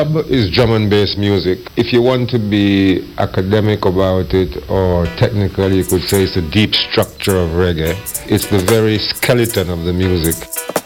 Dub is drum and bass music. If you want to be academic about it or technical, you could say it's the deep structure of reggae. It's the very skeleton of the music.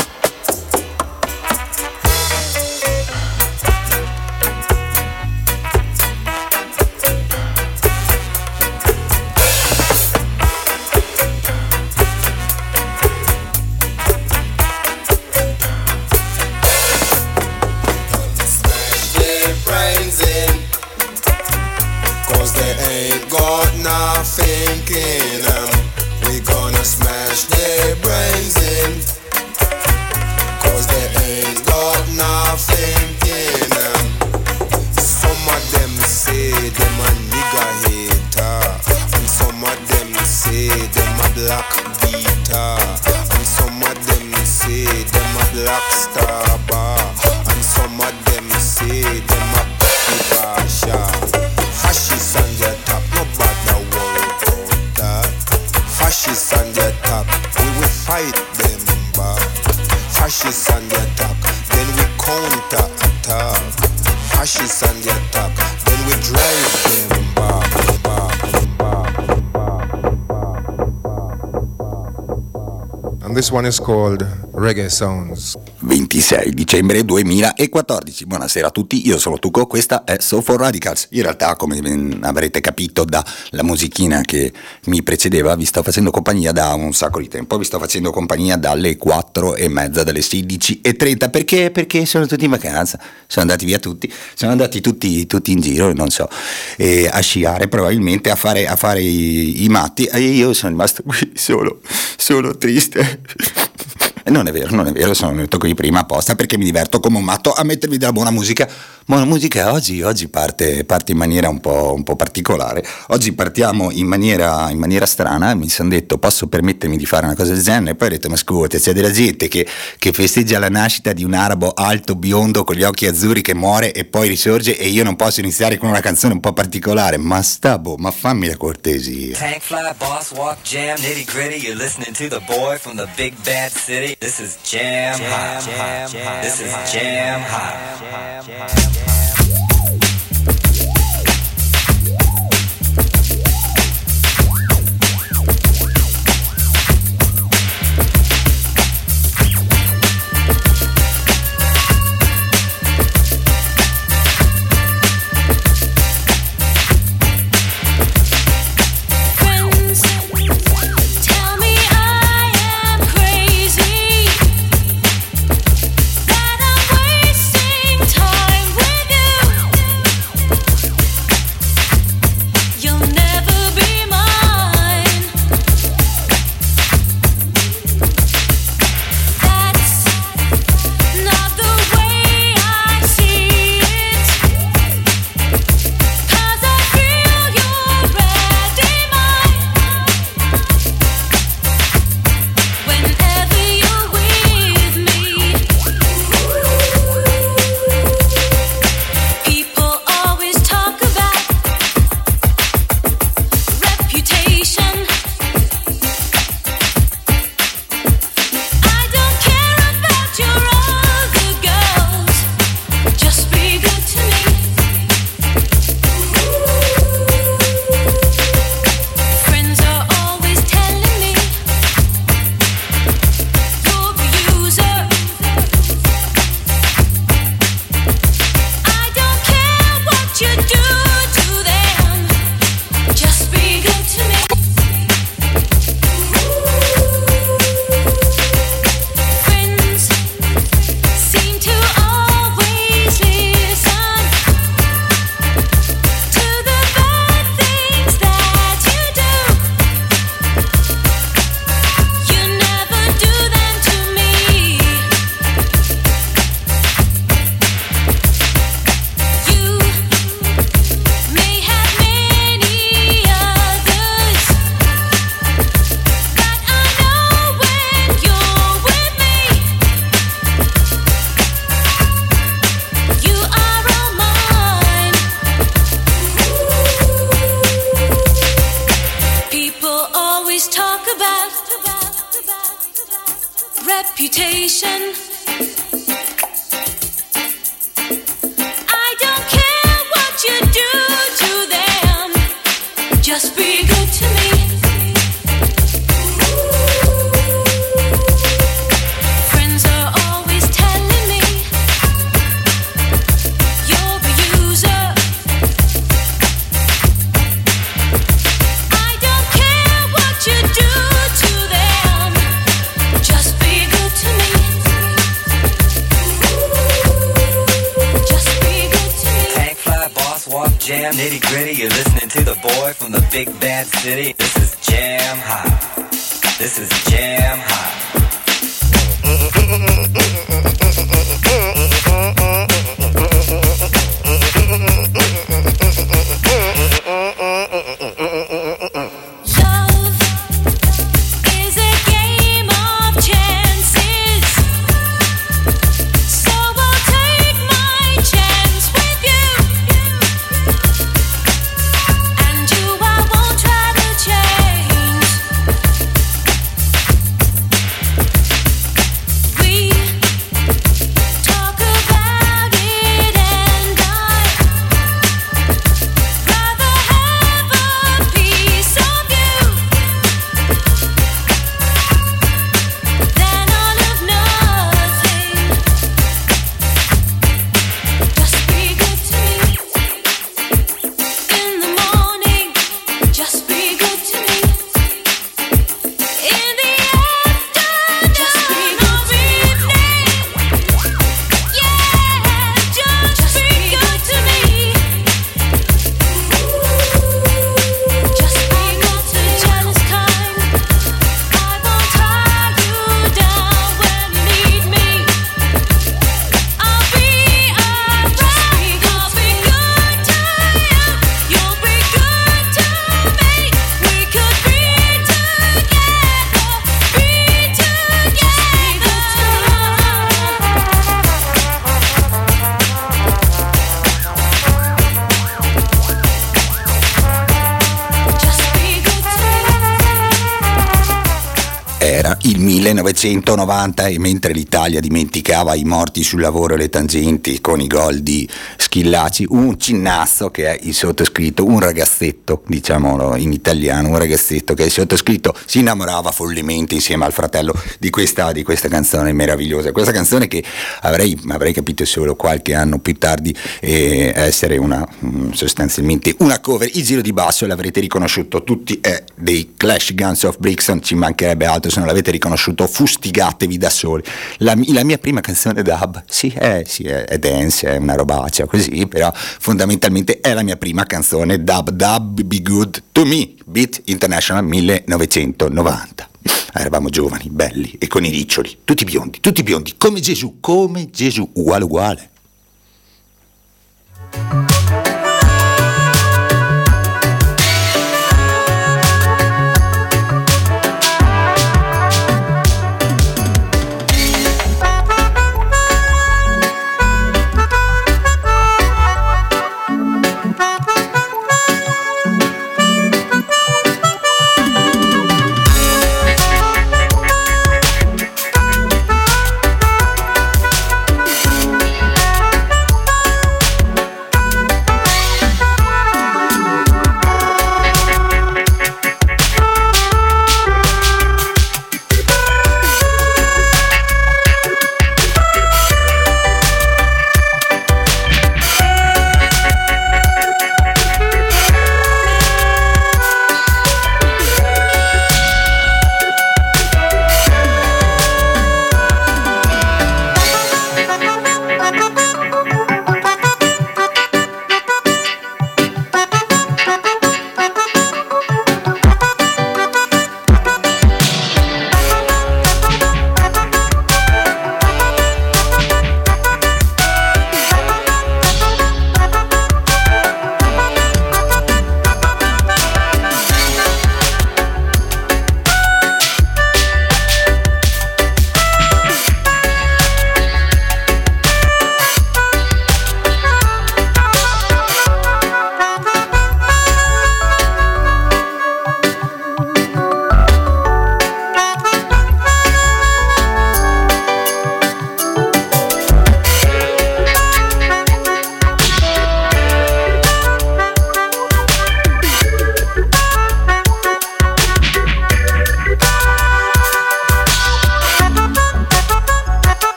This one is called Reggae Sounds. 26 dicembre 2014. Buonasera a tutti, io sono Tuco, questa è So For Radicals. In realtà, come avrete capito dalla musichina che mi precedeva, vi sto facendo compagnia da un sacco di tempo. Vi sto facendo compagnia dalle 4:30, dalle 16:30. Perché? Perché sono tutti in vacanza, sono andati via tutti, sono andati tutti in giro, non so, a sciare probabilmente, a fare i matti, e io sono rimasto qui solo triste. Non è vero, sono venuto qui prima apposta perché mi diverto come un matto a mettervi della buona musica. Buona musica oggi parte in maniera un po' particolare. Oggi partiamo in maniera strana. Mi sono detto, posso permettermi di fare una cosa del genere? E poi ho detto, ma scusa, c'è della gente che festeggia la nascita di un arabo alto, biondo, con gli occhi azzurri, che muore e poi risorge, e io non posso iniziare con una canzone un po' particolare. Ma fammi la cortesia. Tank fly, boss walk, jam, nitty gritty. You're listening to the boy from the big bad city. This is Jam Hot. This is Jam Hot. That I'm wasting time. Jam Nitty Gritty, you're listening to the boy from the big bad city. This is Jam Hot. This is Jam Hot. Era il 1990 e mentre l'Italia dimenticava i morti sul lavoro e le tangenti con i gol di Schillaci, un cinnazzo che è il sottoscritto, un ragazzetto, diciamolo in italiano, un ragazzetto che è il sottoscritto si innamorava follemente insieme al fratello di questa canzone meravigliosa, questa canzone che avrei capito solo qualche anno più tardi essere sostanzialmente una cover. Il giro di basso l'avrete riconosciuto tutti, è dei Clash Guns of Brixton, ci mancherebbe altro se non l'avete riconosciuto, fustigatevi da soli. La mia prima canzone dub, sì, è dance, è una robaccia così, però fondamentalmente è la mia prima canzone dub, Be Good To Me, Beat International 1990. Eravamo giovani, belli e con i riccioli, tutti biondi, come Gesù, uguale.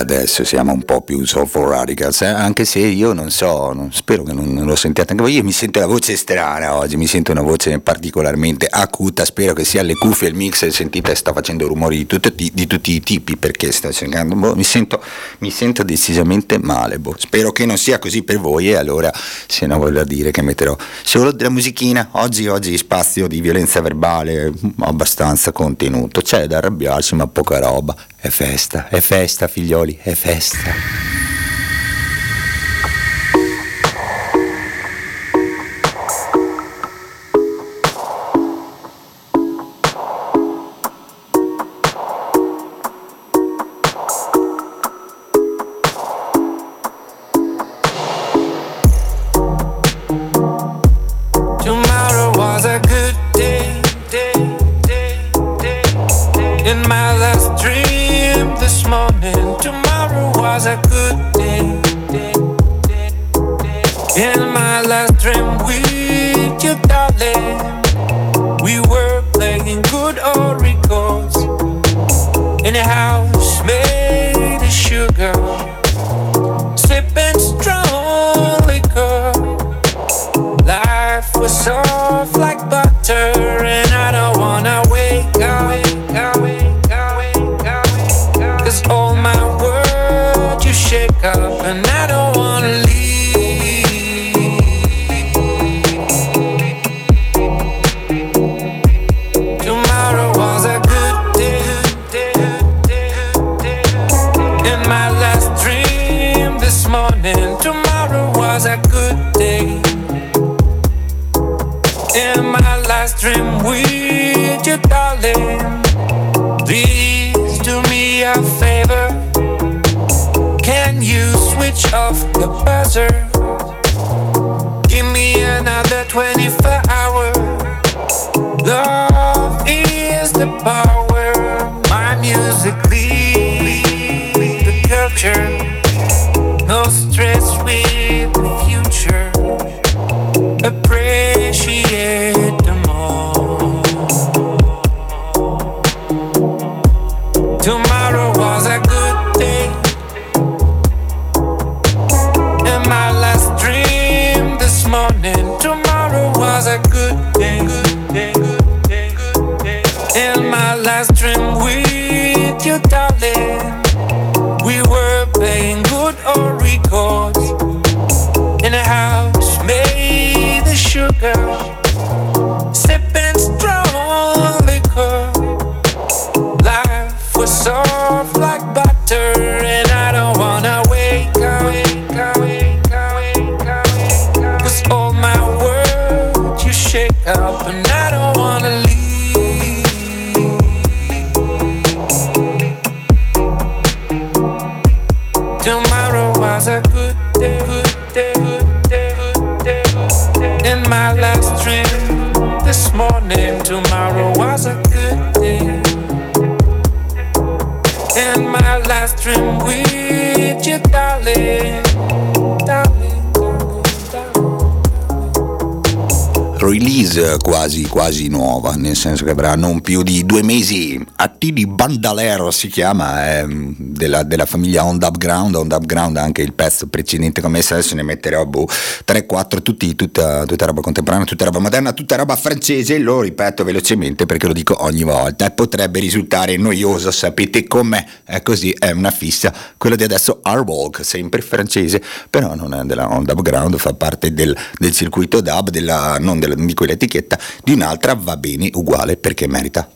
adesso siamo un po' più Soulful Radicals, anche se io non so, spero che non lo sentiate anche voi. Io mi sento la voce strana oggi, mi sento una voce particolarmente acuta, spero che sia le cuffie, il mix, sentite, sta facendo rumori di tutti i tipi, perché sto cercando, mi sento decisamente male, spero che non sia così per voi, e allora se no voglio dire che metterò solo della musichina. Oggi spazio di violenza verbale abbastanza contenuto, c'è da arrabbiarsi ma poca roba. È festa figlioli, è festa. Release quasi nuova, nel senso che avrà non più di 2 mesi. Attili Bandalero si chiama, della famiglia On Dub Ground, anche il pezzo precedente come adesso ne metterò 3-4, tutta roba contemporanea, tutta roba moderna, tutta roba francese. Lo ripeto velocemente perché lo dico ogni volta e potrebbe risultare noioso, sapete com'è, è così, è una fissa. Quello di adesso Arwalk, sempre francese, però non è della On Dub Ground, fa parte del circuito dub, di quell'etichetta, di un'altra va bene uguale perché merita.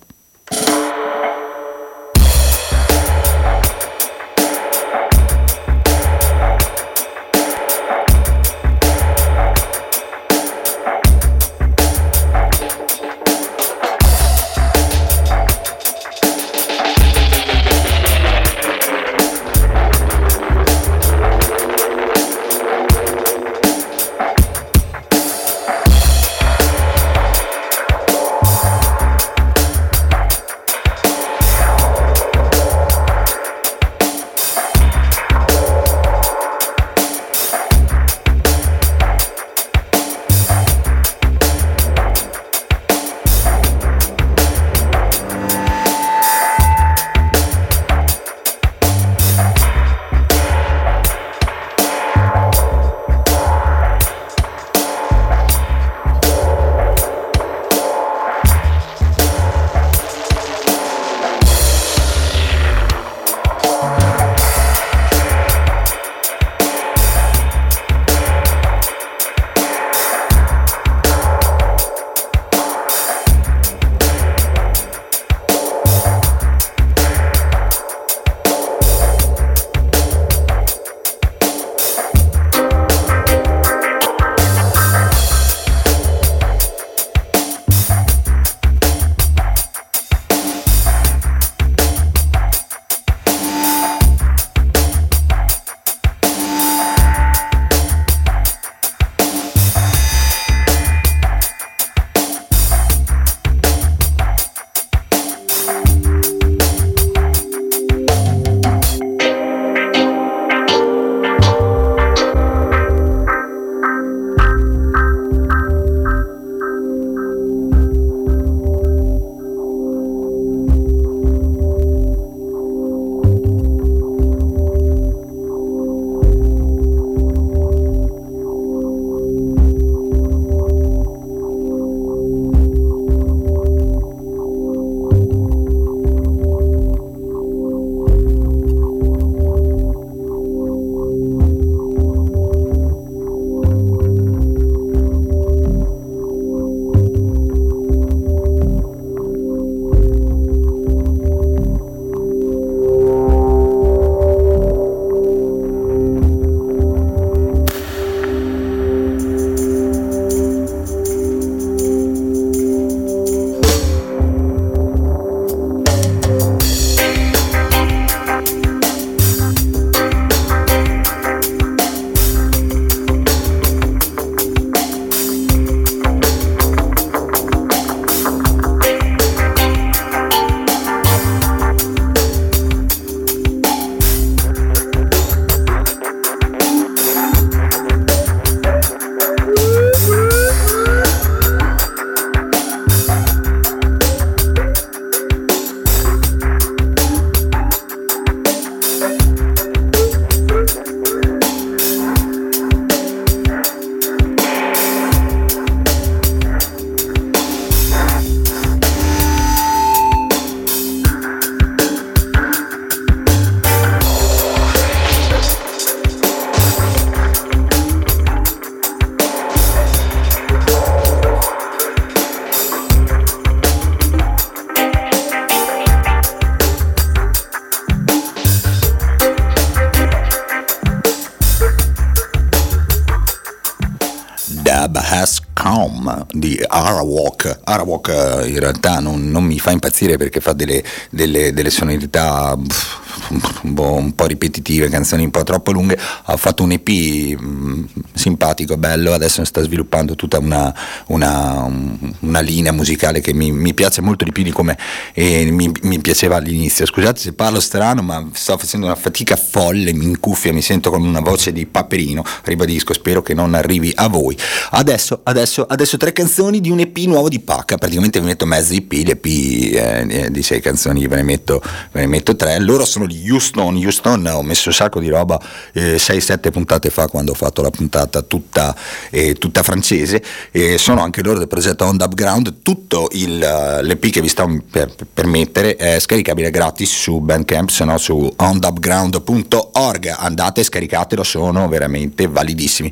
Lab Has Come di Arawak. Arawak in realtà non mi fa impazzire perché fa delle sonorità un po' ripetitive, canzoni un po' troppo lunghe. Ha fatto un EP simpatico, bello, adesso sta sviluppando tutta una linea musicale che mi piace molto di più di come mi piaceva all'inizio. Scusate se parlo strano, ma sto facendo una fatica folle, in cuffia mi sento con una voce di Paperino, ribadisco, spero che non arrivi a voi. Adesso 3 canzoni di un EP nuovo di Pacca, praticamente vi metto mezzo EP, l'EP di 6 canzoni, ve ne metto 3. Loro sono di Houston, ho messo un sacco di roba 6-7 puntate fa, quando ho fatto la puntata tutta francese, sono anche loro del progetto On Dub Ground. Tutto l'EP che vi sto per mettere è scaricabile gratis su Bandcamp, se no su ondubground.org, andate, scaricatelo, sono veramente validissimi.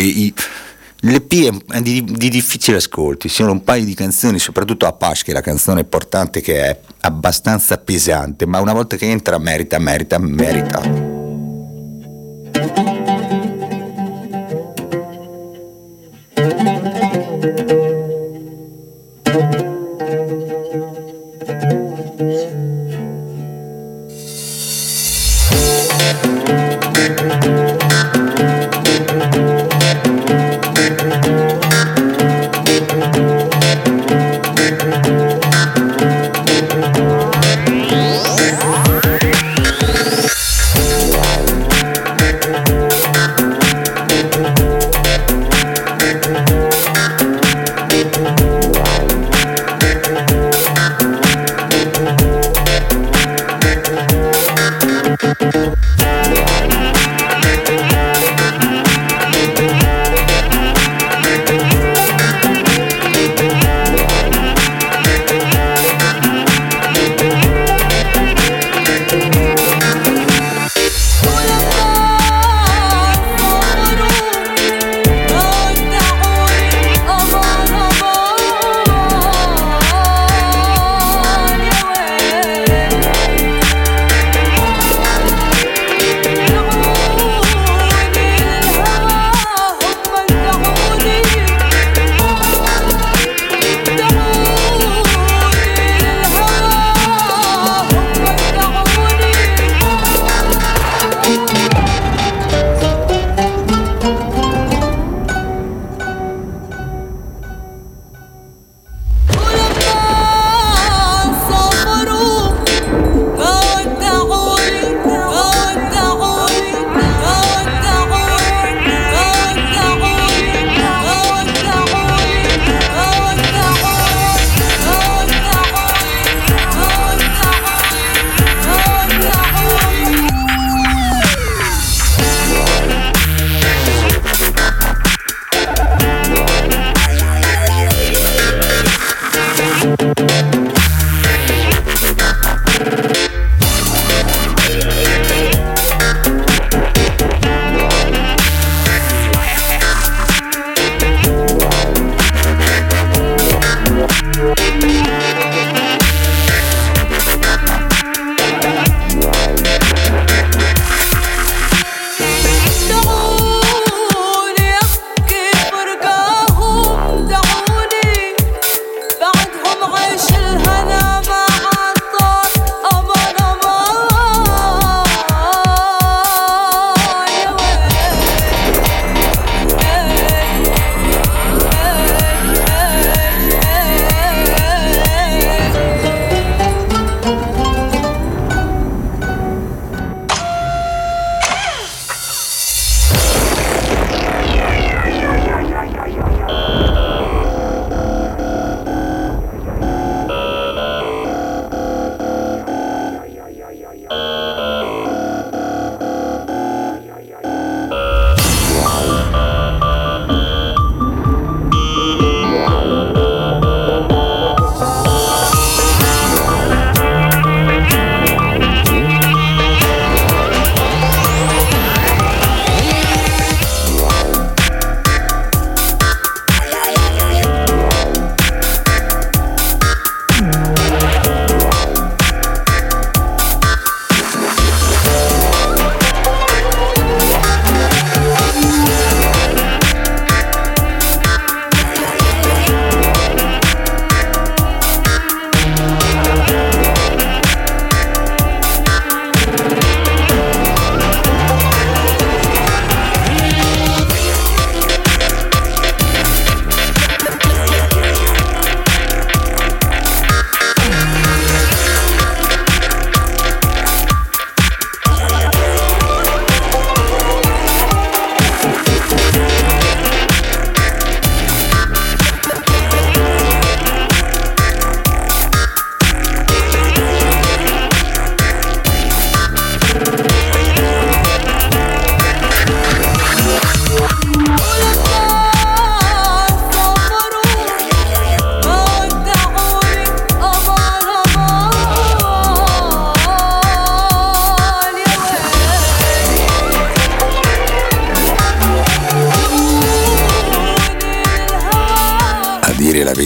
L'EP è di difficile ascolto, ci sono un paio di canzoni, soprattutto Apache, che è la canzone portante, che è abbastanza pesante, ma una volta che entra merita.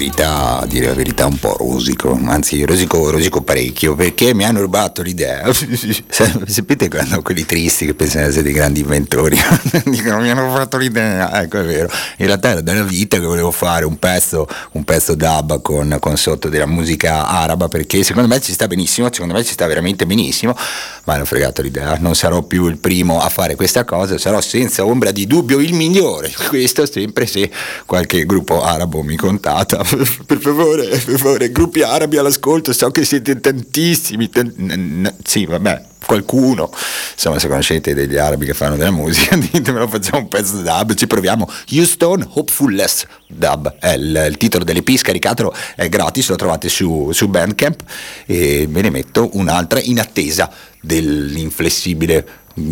dire la verità un po' rosico, anzi rosico parecchio, perché mi hanno rubato l'idea. Sapete quando quelli tristi che pensano di essere dei grandi inventori dicono mi hanno rubato l'idea, ecco, è vero, in realtà era dalla vita che volevo fare un pezzo dub con sotto della musica araba, perché secondo me ci sta benissimo, secondo me ci sta veramente benissimo, ma hanno fregato l'idea. Non sarò più il primo a fare questa cosa, sarò senza ombra di dubbio il migliore, questo sempre se qualche gruppo arabo mi contata. Per favore, gruppi arabi all'ascolto, so che siete tantissimi, sì, vabbè, qualcuno, insomma, se conoscete degli arabi che fanno della musica, ditemelo, facciamo un pezzo dub, ci proviamo. Houston Hopefulness dub è il titolo dell'EP, scaricatelo, è gratis, lo trovate su Bandcamp, e ve ne metto un'altra in attesa delle inflessibili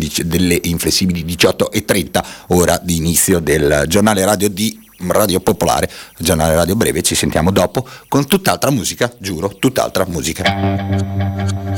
18:30, ora di inizio del giornale radio di Radio Popolare, giornale radio breve. Ci sentiamo dopo con tutt'altra musica, giuro, tutt'altra musica.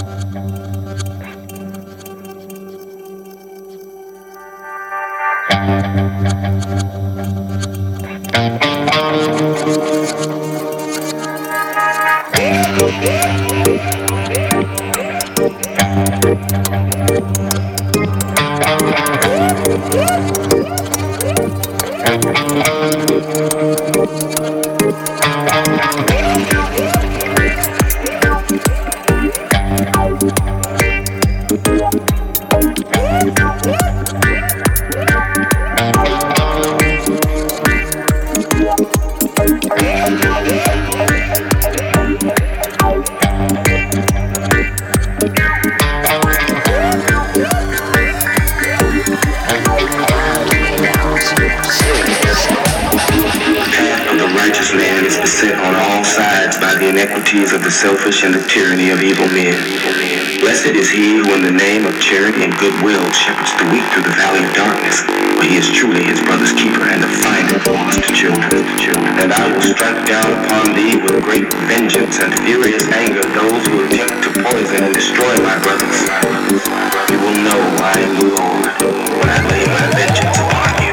Of the selfish and the tyranny of evil men. Blessed is he who in the name of charity and goodwill shepherds the weak through the valley of darkness, for he is truly his brother's keeper and the finder of lost children. And I will strike down upon thee with great vengeance and furious anger those who attempt to poison and destroy my brothers. You will know I am the Lord when I lay my vengeance upon you.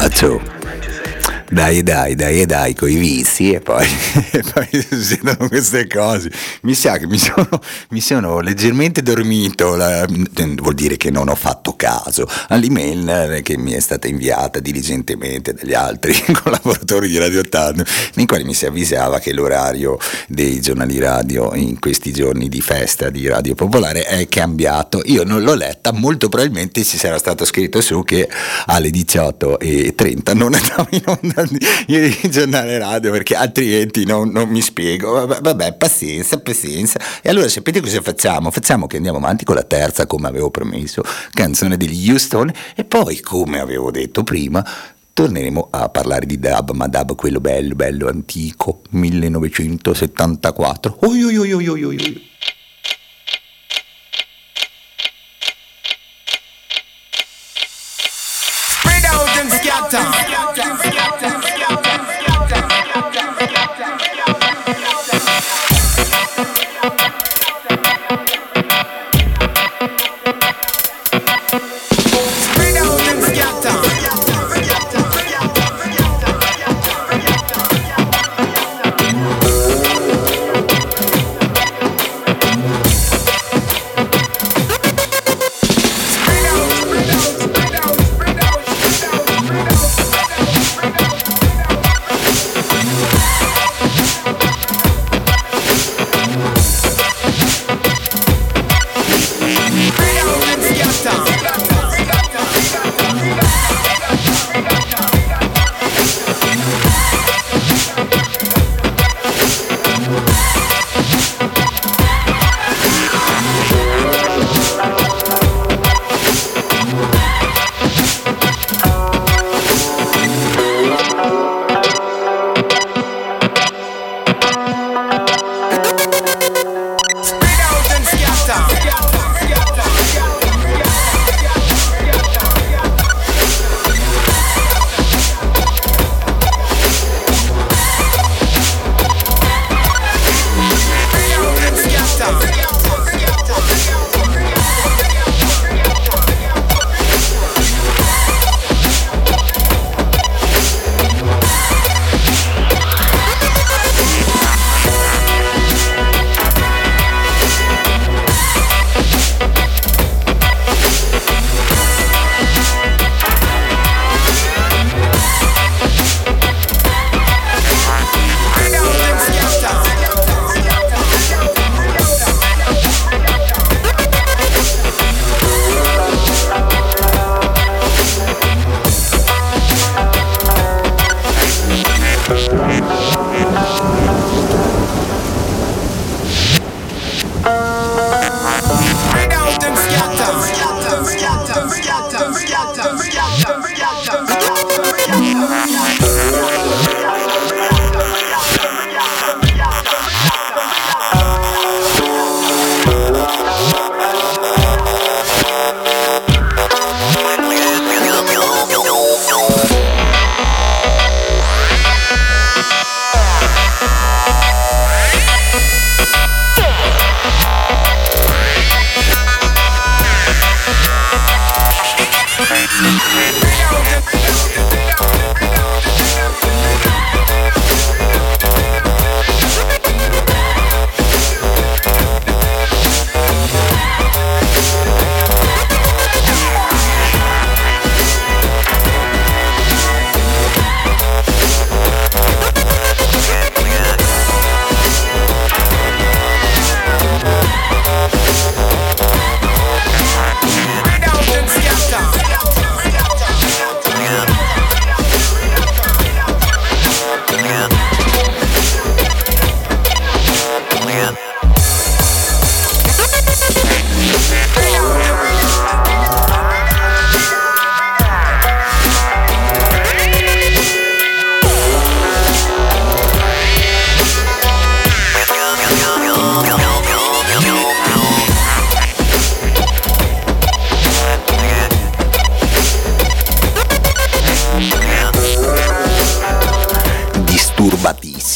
Cazzo. Dai, coi vizi e poi succedono queste cose. Mi sa che mi sono leggermente dormito, vuol dire che non ho fatto caso all'email che mi è stata inviata diligentemente dagli altri collaboratori di Radio 80, nei quali mi si avvisava che l'orario dei giornali radio in questi giorni di festa di Radio Popolare è cambiato. Io non l'ho letta, molto probabilmente ci sarà stato scritto su che alle 18:30 non andavo in onda il giornale radio, perché altrimenti non mi spiego. Vabbè, pazienza. E allora sapete cosa facciamo? Facciamo che andiamo avanti con la terza, come avevo promesso, canzone degli Houston, e poi, come avevo detto prima, torneremo a parlare di dub, ma dub quello bello antico, 1974. Oi. Spread out and scatter.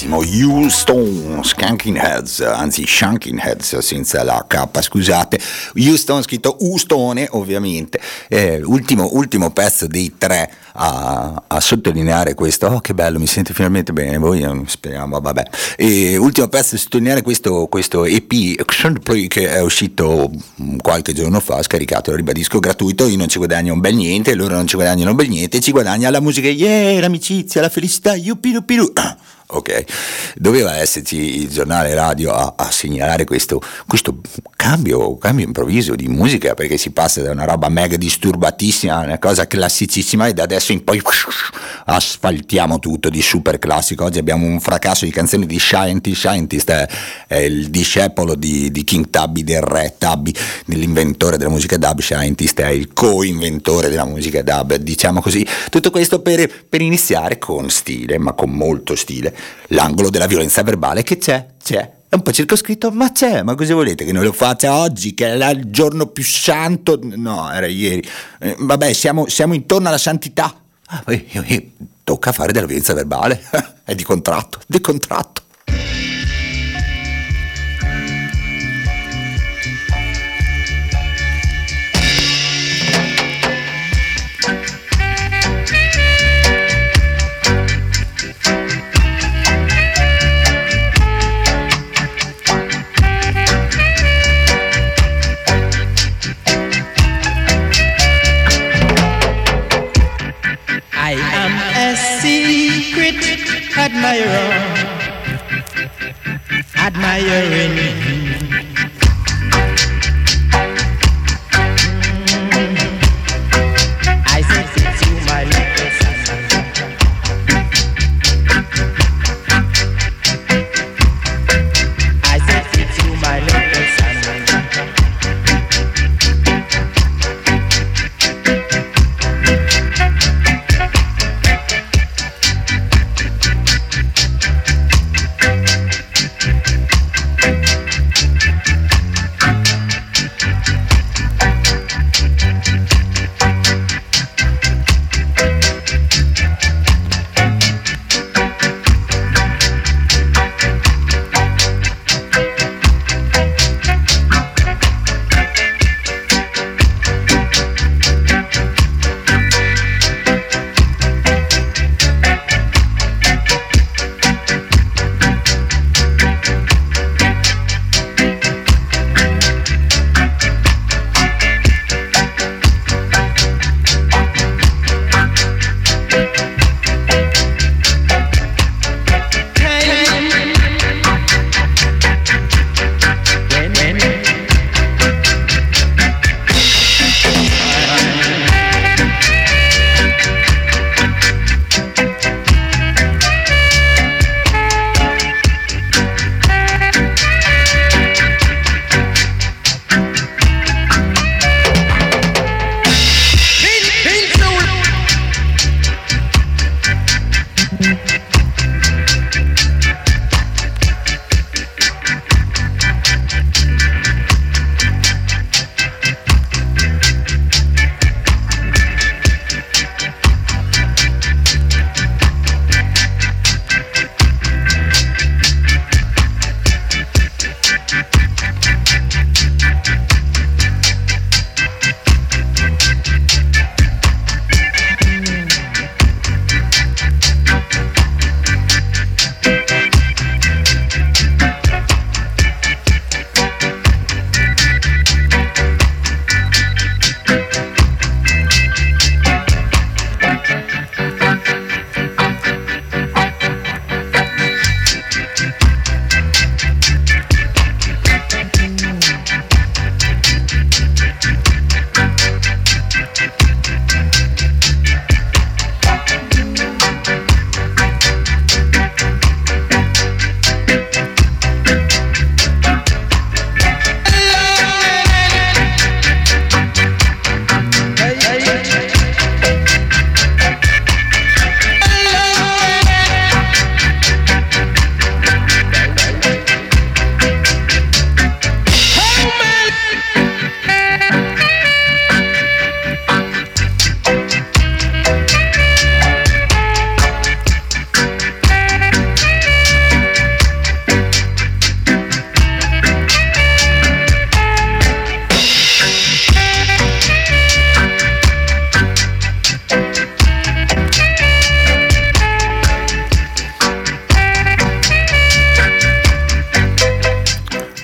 bellissimo Houston Skanking Heads, anzi Shanking Heads senza la K, scusate. Houston scritto Ustone ovviamente. Ultimo pezzo dei tre a sottolineare questo. Oh, che bello, mi sento finalmente bene. Voi speriamo, vabbè. Ultimo pezzo a sottolineare questo EP che è uscito qualche giorno fa, scaricato, lo ribadisco, gratuito. Io non ci guadagno un bel niente, loro non ci guadagnano un bel niente, ci guadagna la musica, l'amicizia, la felicità, piru. Ok, doveva esserci il giornale radio a segnalare questo cambio improvviso di musica, perché si passa da una roba mega disturbatissima a una cosa classicissima, e da adesso in poi asfaltiamo tutto di super classico. Oggi abbiamo un fracasso di canzoni di Scientist è il discepolo di King Tubby, del re Tubby, dell'inventore della musica dub. Scientist è il co-inventore della musica dub, diciamo così. Tutto questo per iniziare con stile, ma con molto stile, l'angolo della violenza verbale, che c'è. È un po' circoscritto, ma c'è. Ma cosa volete che non lo faccia oggi, che è il giorno più santo? No, era ieri. Vabbè, siamo intorno alla santità. Tocca fare della violenza verbale. È di contratto. I am a secret admiring. I said it to my little son. I said it to my little son.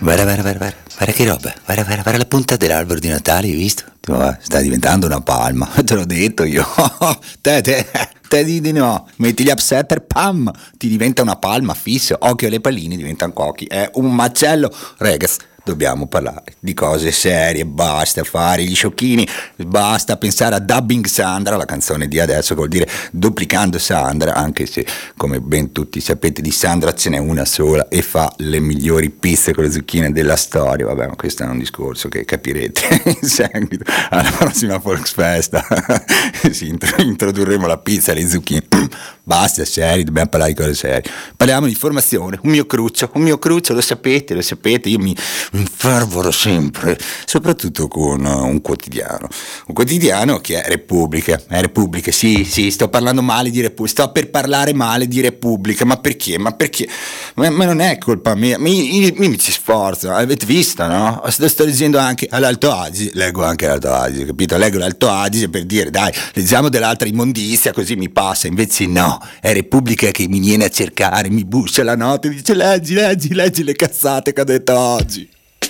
Guarda che roba, guarda la punta dell'albero di Natale, hai visto? Sta diventando una palma, te l'ho detto io. Te di no, metti gli upsetter, pam, ti diventa una palma fisso, occhio alle palline diventano cocchi, è un macello, ragazzi. Dobbiamo parlare di cose serie, basta fare gli sciocchini, basta pensare a Dubbing Sandra, la canzone di adesso, che vuol dire duplicando Sandra, anche se come ben tutti sapete di Sandra ce n'è una sola e fa le migliori pizze con le zucchine della storia. Vabbè, ma questo è un discorso che capirete in seguito alla prossima Volksfest. Sì, introdurremo la pizza e le zucchine. Basta serie, dobbiamo parlare di cose serie. Parliamo di formazione, un mio cruccio, lo sapete, io mi infervoro sempre, soprattutto con un quotidiano che è Repubblica, sì, sto parlando male di Repubblica, sto per parlare male di Repubblica, ma perché? Ma non è colpa mia, io mi ci sforzo, avete visto, no? Sto leggendo anche all'Alto Adige, leggo anche l'Alto Adige, capito? Leggo l'Alto Adige per dire, dai, leggiamo dell'altra immondizia, così mi passa, invece no, è Repubblica che mi viene a cercare, mi buscia la notte, dice leggi le cazzate che ho detto oggi.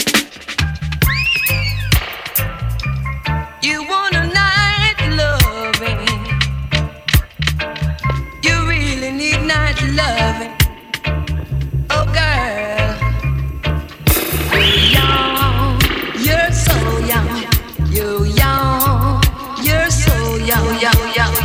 You want a night loving. You really need night loving. Oh girl, you're young, you're so young. You're young, you're so young, young.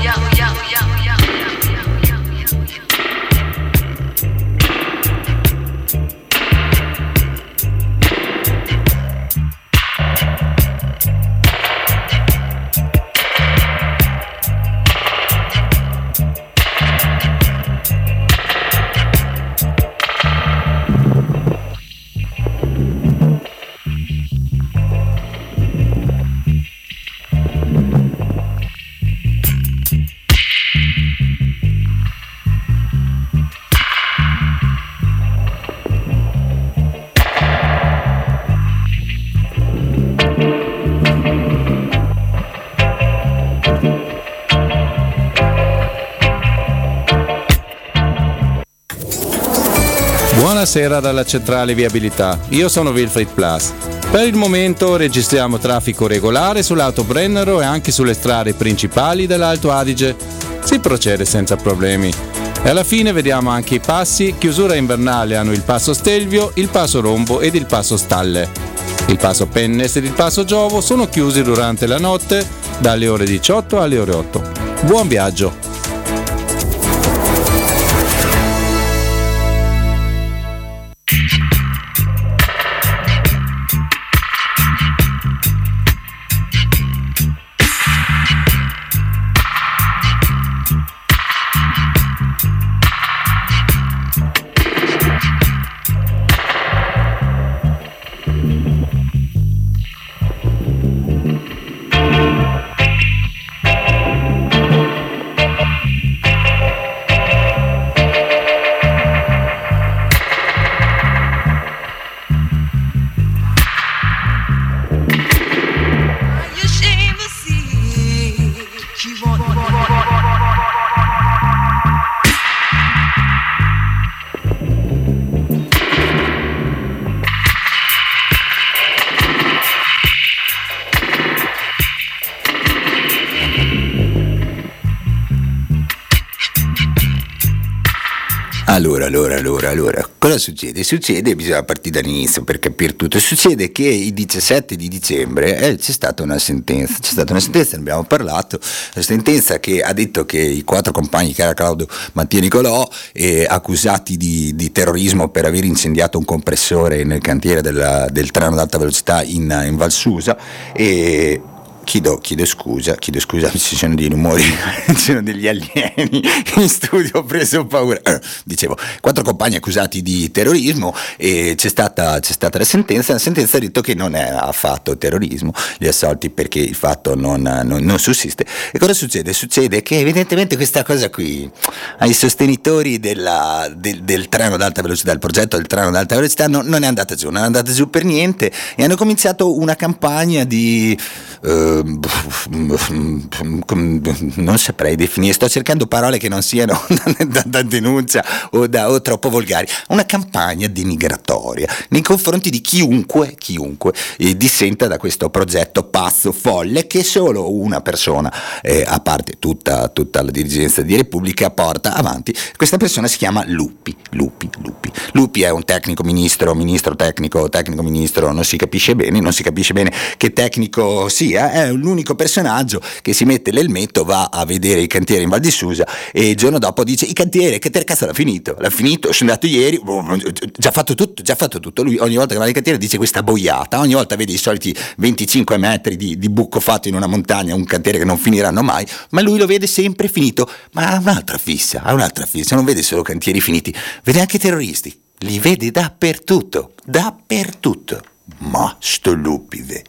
Buonasera dalla centrale viabilità, io sono Wilfried Plas. Per il momento registriamo traffico regolare sull'Auto Brennero e anche sulle strade principali dell'Alto Adige. Si procede senza problemi. E alla fine vediamo anche i passi. Chiusura invernale hanno il passo Stelvio, il passo Rombo ed il passo Stalle. Il passo Pennes ed il passo Giovo sono chiusi durante la notte dalle ore 18 alle ore 8. Buon viaggio! Allora, cosa succede? Bisogna partire dall'inizio per capire tutto. Succede che il 17 di dicembre c'è stata una sentenza, ne abbiamo parlato, la sentenza che ha detto che i 4 compagni, che era Claudio, Mattia e Nicolò, accusati di terrorismo per aver incendiato un compressore nel cantiere del treno ad alta velocità in Val Susa, e chiedo scusa, ci sono dei rumori, ci sono degli alieni in studio, ho preso paura. Dicevo, 4 compagni accusati di terrorismo, e c'è stata la sentenza ha detto che non è affatto terrorismo, li assolti, perché il fatto non sussiste. E cosa succede? Succede che evidentemente questa cosa qui ai sostenitori del treno ad alta velocità, il progetto del treno ad alta velocità non è andata giù per niente, e hanno cominciato una campagna di non saprei definire, sto cercando parole che non siano da denuncia o troppo volgari, una campagna denigratoria nei confronti di chiunque dissenta da questo progetto pazzo, folle, che solo una persona, a parte tutta la dirigenza di Repubblica, porta avanti. Questa persona si chiama Lupi è un tecnico ministro, non si capisce bene che tecnico sia, è l'unico personaggio che si mette l'elmetto, va a vedere i cantieri in Val di Susa e il giorno dopo dice: il cantiere, che cazzo l'ha finito, sono andato ieri, già fatto tutto. Lui ogni volta che va al cantiere dice questa boiata, ogni volta vede i soliti 25 metri di buco fatto in una montagna, un cantiere che non finiranno mai, ma lui lo vede sempre finito, ma ha un'altra fissa, non vede solo cantieri finiti, vede anche terroristi, li vede dappertutto, ma sto Lupide.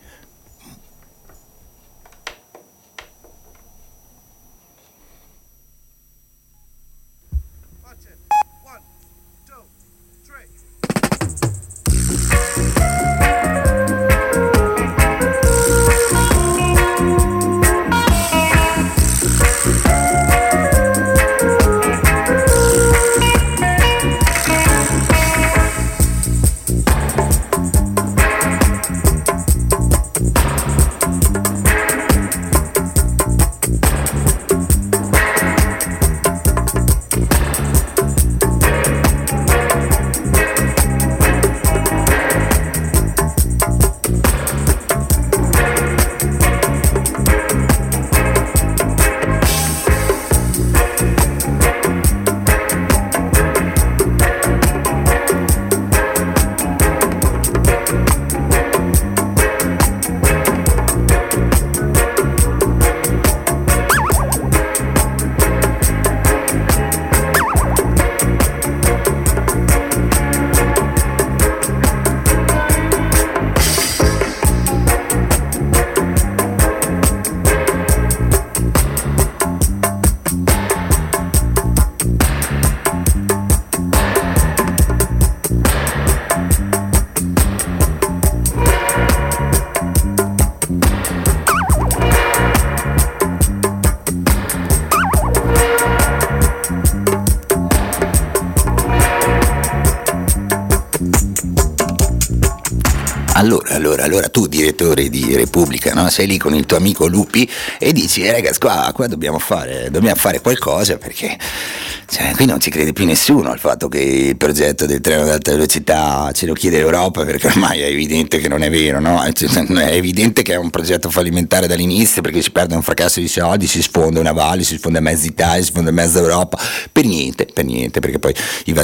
Allora tu, direttore di Repubblica, no? Sei lì con il tuo amico Lupi e dici: ragazzi, qua dobbiamo fare qualcosa, perché qui non ci crede più nessuno al fatto che il progetto del treno ad alta velocità ce lo chiede l'Europa, perché ormai è evidente che non è vero, no? È evidente che è un progetto fallimentare dall'inizio, perché si perde un fracasso di soldi, si sfonda una valle, si sfonda mezza Italia, si sfonda mezza Europa, per niente, perché poi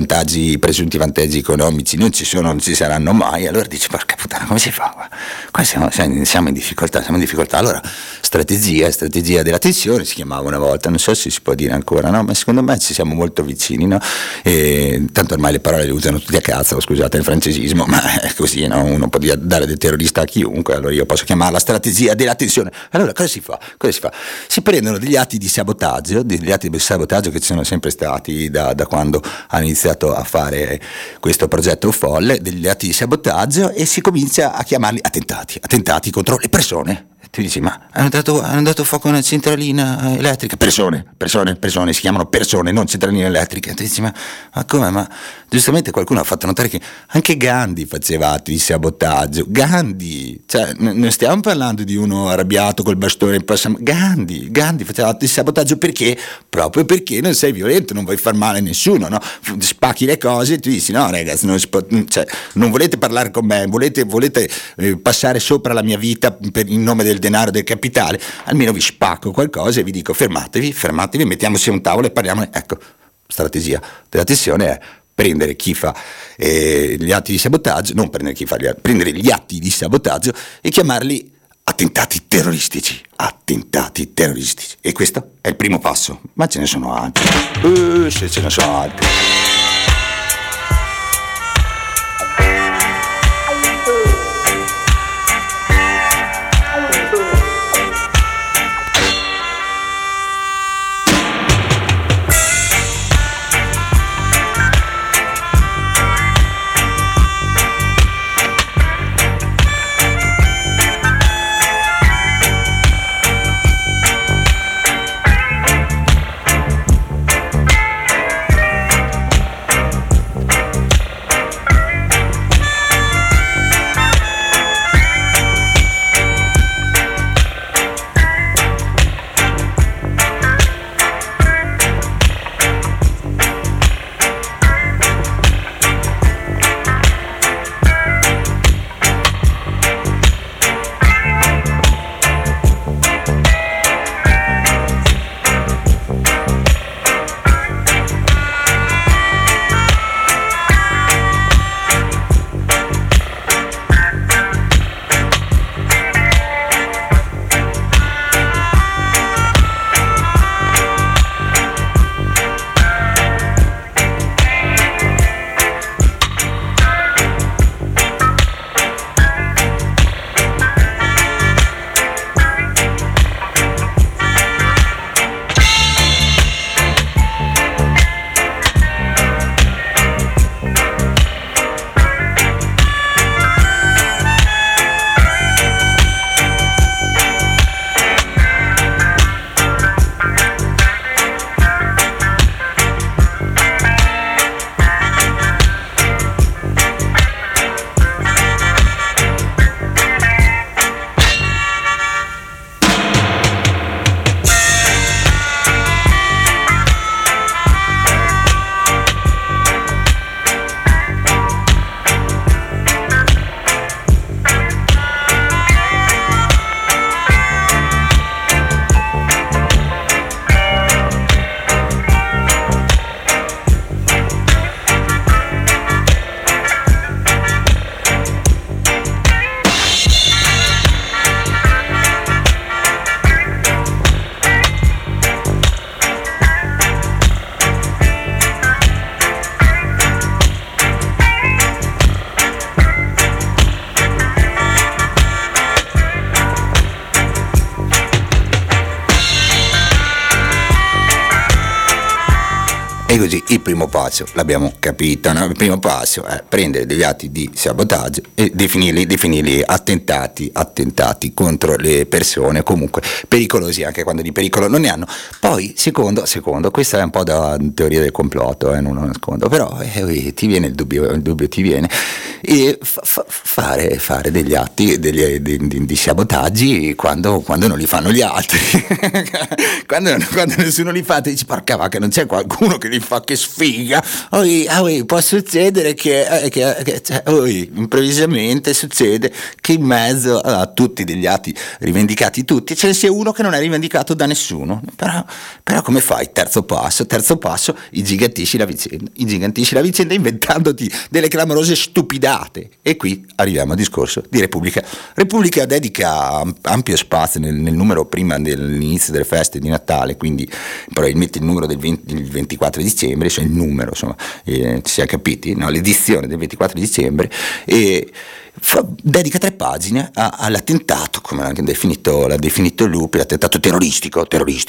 i presunti vantaggi economici non ci sono, non ci saranno mai. Allora dici: porca puttana, come si fa? Qua siamo in difficoltà. Allora, strategia della tensione si chiamava una volta, non so se si può dire ancora, no? Ma secondo me ci siamo molto vicini, no? E tanto ormai le parole le usano tutti a cazzo, scusate il francesismo, ma è così, no? Uno può dare del terrorista a chiunque, allora io posso chiamarla strategia della tensione. Allora cosa si fa? Si prendono degli atti di sabotaggio che ci sono sempre stati da quando hanno iniziato a fare questo progetto folle, degli atti di sabotaggio, e si comincia a chiamarli attentati contro le persone. Tu dici: ma hanno dato fuoco a una centralina elettrica? Persone, si chiamano persone, non centraline elettriche. Tu dici: ma come? Ma giustamente qualcuno ha fatto notare che anche Gandhi faceva atti di sabotaggio. Gandhi, cioè non stiamo parlando di uno arrabbiato col bastone in passaggio. Gandhi faceva atti di sabotaggio perché? Proprio perché non sei violento, non vuoi far male a nessuno, no? Spacchi le cose e tu dici: no ragazzi, non volete parlare con me, volete passare sopra la mia vita in nome del denaro, del capitale, almeno vi spacco qualcosa e vi dico: fermatevi, mettiamoci a un tavolo e parliamo. Ecco, strategia della tensione è prendere chi fa gli atti di sabotaggio, prendere gli atti di sabotaggio e chiamarli attentati terroristici. E questo è il primo passo, ma ce ne sono altri. E così il primo passo l'abbiamo capito, no? Il primo passo è prendere degli atti di sabotaggio e definirli attentati contro le persone, comunque pericolosi anche quando di pericolo non ne hanno. Poi secondo, questa è un po' da teoria del complotto, non lo nascondo, però ti viene il dubbio ti viene, e fare degli atti di sabotaggi quando non li fanno gli altri. quando nessuno li fa, ti dici porca vacca, non c'è qualcuno che li fa, che sfiga. Può succedere che improvvisamente succede che in mezzo a tutti degli atti rivendicati tutti ce ne sia uno che non è rivendicato da nessuno. Però come fai? Terzo passo, ingigantisci la vicenda inventandoti delle clamorose stupidate. E qui arriviamo al discorso di Repubblica dedica ampio spazio nel numero prima dell'inizio delle feste di Natale, quindi probabilmente il numero del 24 dicembre, cioè il numero, insomma, ci siamo capiti, no? L'edizione del 24 dicembre, e dedica 3 pagine all'attentato, come l'ha definito Lupi, l'attentato terroristico,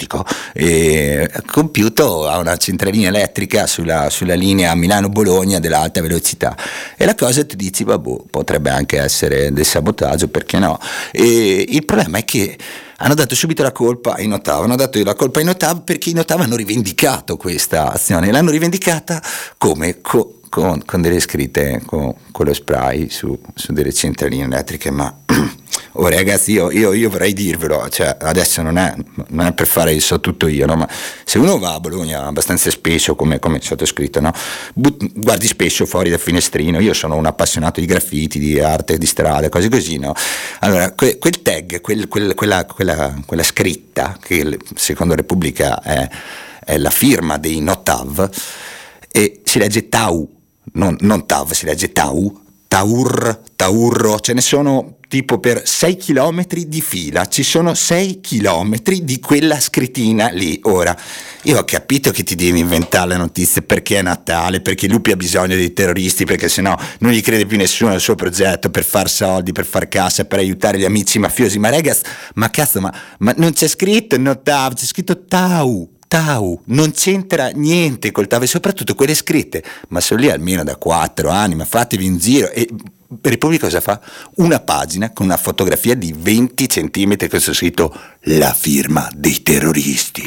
compiuto a una centralina elettrica sulla linea Milano-Bologna dell'alta velocità. E la cosa, tu dici, vabbè, potrebbe anche essere del sabotaggio, perché no? E il problema è che hanno dato subito la colpa ai Notav, perché i Notav hanno rivendicato questa azione, l'hanno rivendicata come con delle scritte con lo spray su delle centraline elettriche. Ma ragazzi, io vorrei dirvelo, cioè adesso non è per fare il so tutto io, no? Ma se uno va a Bologna abbastanza spesso, come sottoscritto, no? Guardi spesso fuori dal finestrino. Io sono un appassionato di graffiti, di arte, di strade, cose così, no? Allora quel tag, quella scritta che secondo Repubblica è la firma dei Notav, e si legge Tau, non Tav, si legge Taurro, ce ne sono tipo per 6 chilometri di fila, ci sono 6 chilometri di quella scrittina lì. Ora, io ho capito che ti devi inventare le notizie perché è Natale, perché Lupi ha bisogno dei terroristi, perché sennò non gli crede più nessuno al suo progetto, per far soldi, per far cassa, per aiutare gli amici mafiosi. Ma ragazzi, ma non c'è scritto Notav, c'è scritto Tau, non c'entra niente col Tau, e soprattutto quelle scritte, ma sono lì almeno da 4 anni, ma fatevi in giro. E Repubblica cosa fa? Una pagina con una fotografia di 20 centimetri con scritto la firma dei terroristi.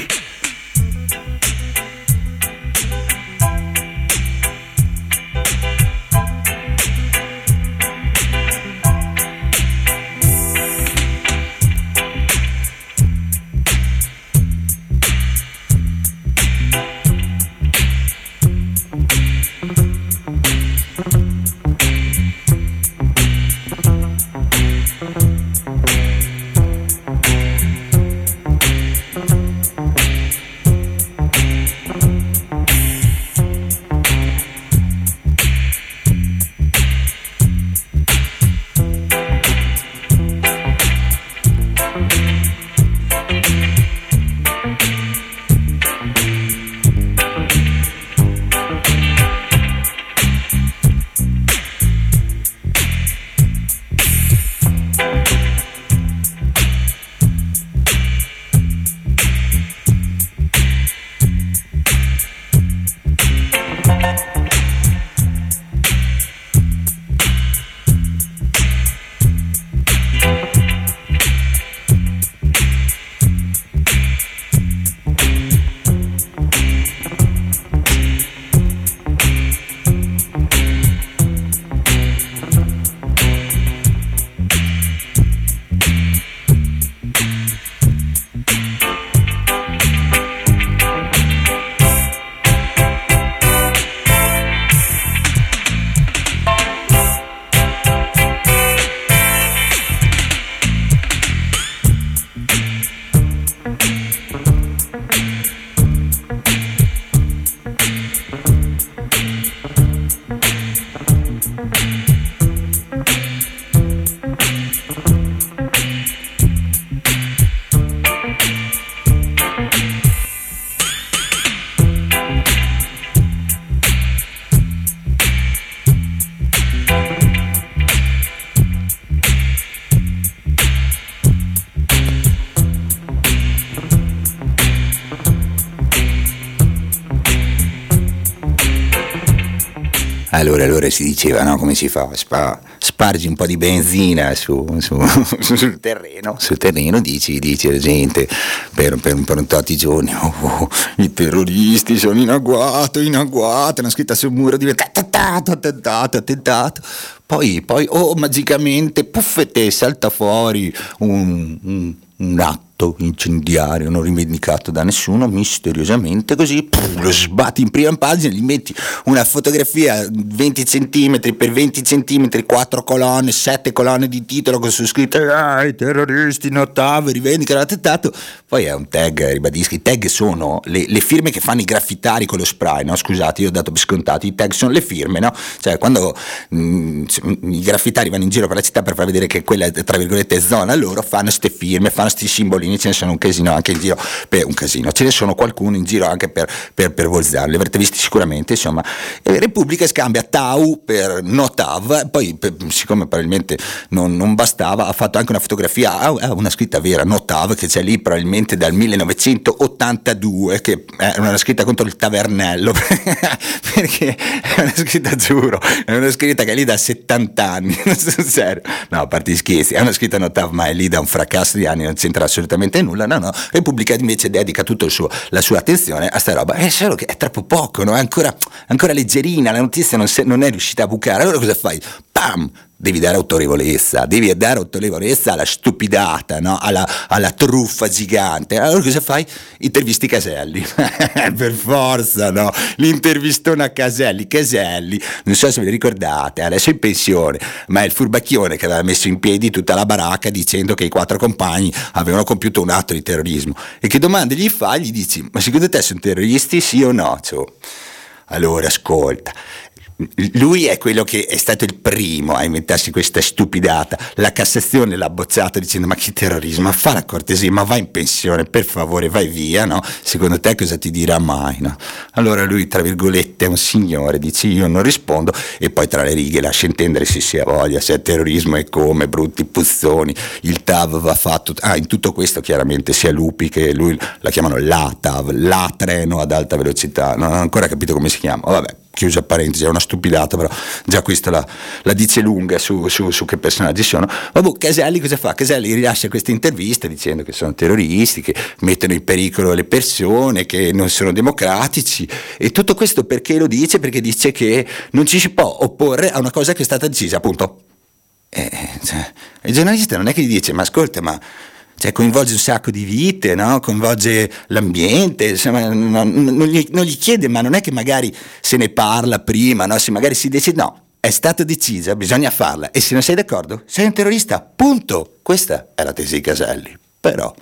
Allora si diceva, no, come si fa? Spargi un po' di benzina sul terreno, dici alla gente per un tot di giorni, i terroristi sono in agguato, hanno scritto sul muro, diventa attentato. Poi magicamente, puffete, salta fuori un atto incendiario non rivendicato da nessuno, misteriosamente così, lo sbatti in prima pagina, gli metti una fotografia 20 cm per 20 cm, 4 colonne, 7 colonne di titolo con su scritto i terroristi in ottavo rivendicano l'attentato. Poi è un tag, ribadisco, i tag sono le firme che fanno i graffitari con lo spray, no? Scusate, io ho dato per scontato, i tag sono le firme, no? Cioè quando i graffitari vanno in giro per la città per far vedere che quella è, tra virgolette, zona loro, fanno ste firme, fanno sti simbolini, ce ne sono un casino anche in giro, ce ne sono qualcuno in giro anche per Bolzano, li avrete visti sicuramente, insomma. Repubblica scambia Tau per Notav, poi siccome probabilmente non bastava, ha fatto anche una fotografia, una scritta vera, Notav, che c'è lì probabilmente dal 1982, che è una scritta contro il tavernello, perché è una scritta, giuro, è una scritta che è lì da 70 anni, serio, no, a parte gli scherzi, è una scritta Notav, ma è lì da un fracasso di anni, non c'entra assolutamente nulla, no, Repubblica invece dedica tutta la sua attenzione a sta roba, è solo che è troppo poco, no? È ancora leggerina, la notizia non è riuscita a bucare, allora cosa fai? Pam! Devi dare autorevolezza alla stupidata, no? alla truffa gigante. Allora cosa fai? Intervisti Caselli, per forza, no? L'intervistone a Caselli, non so se ve lo ricordate, adesso è in pensione, ma è il furbacchione che aveva messo in piedi tutta la baracca dicendo che i 4 compagni avevano compiuto un atto di terrorismo. E che domande gli fai? Gli dici, ma secondo te sono terroristi, sì o no? Allora ascolta, lui è quello che è stato il primo a inventarsi questa stupidata, la Cassazione l'ha bocciata dicendo ma che terrorismo, fa la cortesia, ma vai in pensione per favore, vai via, no? Secondo te cosa ti dirà mai, no? Allora lui, tra virgolette, è un signore, dice io non rispondo, e poi tra le righe lascia intendere se ha voglia, se è terrorismo e come, brutti puzzoni, il TAV va fatto, in tutto questo chiaramente sia Lupi che lui la chiamano la TAV, la treno ad alta velocità, non ho ancora capito come si chiama, vabbè, chiusa parentesi, è una stupidata, però già questa la dice lunga su che personaggi sono. Vabbè, Caselli cosa fa? Caselli rilascia queste interviste dicendo che sono terroristi, che mettono in pericolo le persone, che non sono democratici, e tutto questo perché lo dice? Perché dice che non ci si può opporre a una cosa che è stata decisa, appunto. Il giornalista non è che gli dice ma ascolta, ma coinvolge un sacco di vite, no? Coinvolge l'ambiente, insomma, non gli chiede, ma non è che magari se ne parla prima, no? Se magari si decide, no, è stata decisa, bisogna farla, e se non sei d'accordo sei un terrorista, punto. Questa è la tesi di Caselli, però.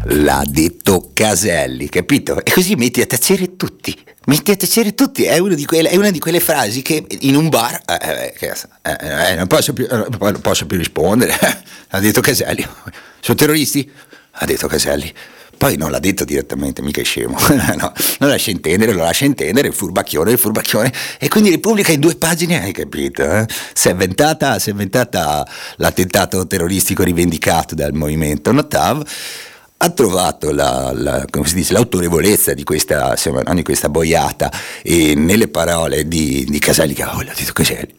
L'ha detto Caselli, capito? E così metti a tacere tutti. È una di quelle frasi che in un bar non posso più rispondere. Ha detto Caselli. Sono terroristi? Ha detto Caselli. Poi non l'ha detto direttamente, mica è scemo. No, lo lascia intendere, il furbacchione. E quindi Repubblica in 2 pagine, hai capito? Si è inventata l'attentato terroristico rivendicato dal movimento Notav. Ha trovato come si dice, l'autorevolezza di questa boiata, e nelle parole di Caselli, che l'ha detto Caselli,